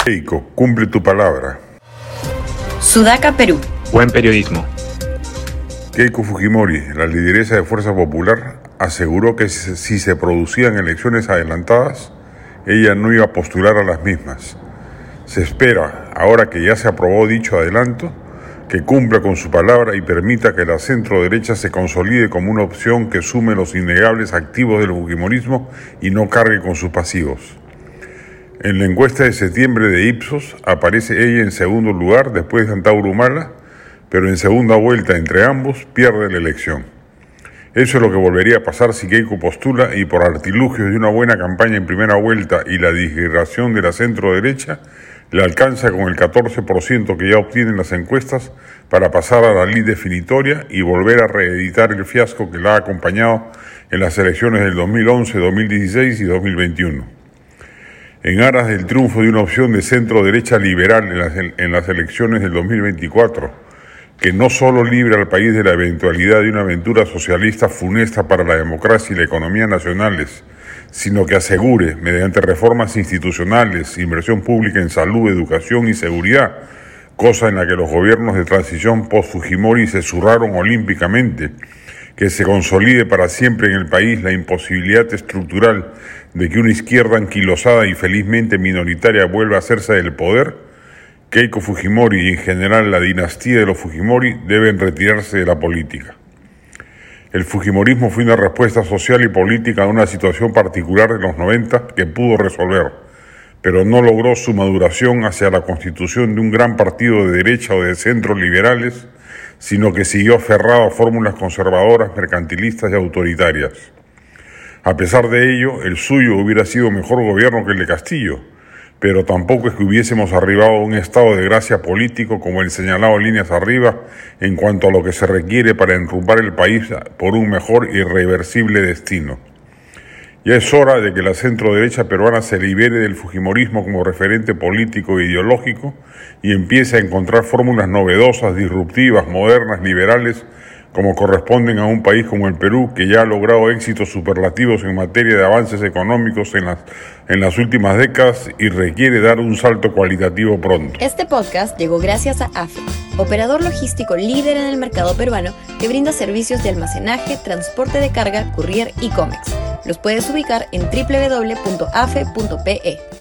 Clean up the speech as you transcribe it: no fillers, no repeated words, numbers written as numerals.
Keiko, cumple tu palabra. Sudaca, Perú. Buen periodismo. Keiko Fujimori, la lideresa de Fuerza Popular, aseguró que si se producían elecciones adelantadas, ella no iba a postular a las mismas. Se espera, ahora que ya se aprobó dicho adelanto, que cumpla con su palabra y permita que la centro-derecha se consolide como una opción que sume los innegables activos del fujimorismo y no cargue con sus pasivos. En la encuesta de septiembre de Ipsos aparece ella en segundo lugar después de Antauro Humala, pero en segunda vuelta entre ambos pierde la elección. Eso es lo que volvería a pasar si Keiko postula y por artilugios de una buena campaña en primera vuelta y la disgregación de la centro-derecha, le alcanza con el 14% que ya obtienen las encuestas para pasar a la lid definitoria y volver a reeditar el fiasco que la ha acompañado en las elecciones del 2011, 2016 y 2021. En aras del triunfo de una opción de centro-derecha liberal en las elecciones del 2024, que no solo libre al país de la eventualidad de una aventura socialista funesta para la democracia y la economía nacionales, sino que asegure, mediante reformas institucionales, inversión pública en salud, educación y seguridad, cosa en la que los gobiernos de transición post-Fujimori se zurraron olímpicamente, que se consolide para siempre en el país la imposibilidad estructural de que una izquierda anquilosada y felizmente minoritaria vuelva a hacerse del poder, Keiko Fujimori y en general la dinastía de los Fujimori deben retirarse de la política. El fujimorismo fue una respuesta social y política a una situación particular de los 90 que pudo resolver, pero no logró su maduración hacia la constitución de un gran partido de derecha o de centro liberales, sino que siguió aferrado a fórmulas conservadoras, mercantilistas y autoritarias. A pesar de ello, el suyo hubiera sido mejor gobierno que el de Castillo, pero tampoco es que hubiésemos arribado a un estado de gracia político como el señalado líneas arriba en cuanto a lo que se requiere para enrumbar el país por un mejor y irreversible destino. Ya es hora de que la centro-derecha peruana se libere del fujimorismo como referente político e ideológico y empiece a encontrar fórmulas novedosas, disruptivas, modernas, liberales, como corresponden a un país como el Perú, que ya ha logrado éxitos superlativos en materia de avances económicos en las últimas décadas y requiere dar un salto cualitativo pronto. Este podcast llegó gracias a AFE, operador logístico líder en el mercado peruano que brinda servicios de almacenaje, transporte de carga, courier y cómics. Los puedes ubicar en www.afe.pe.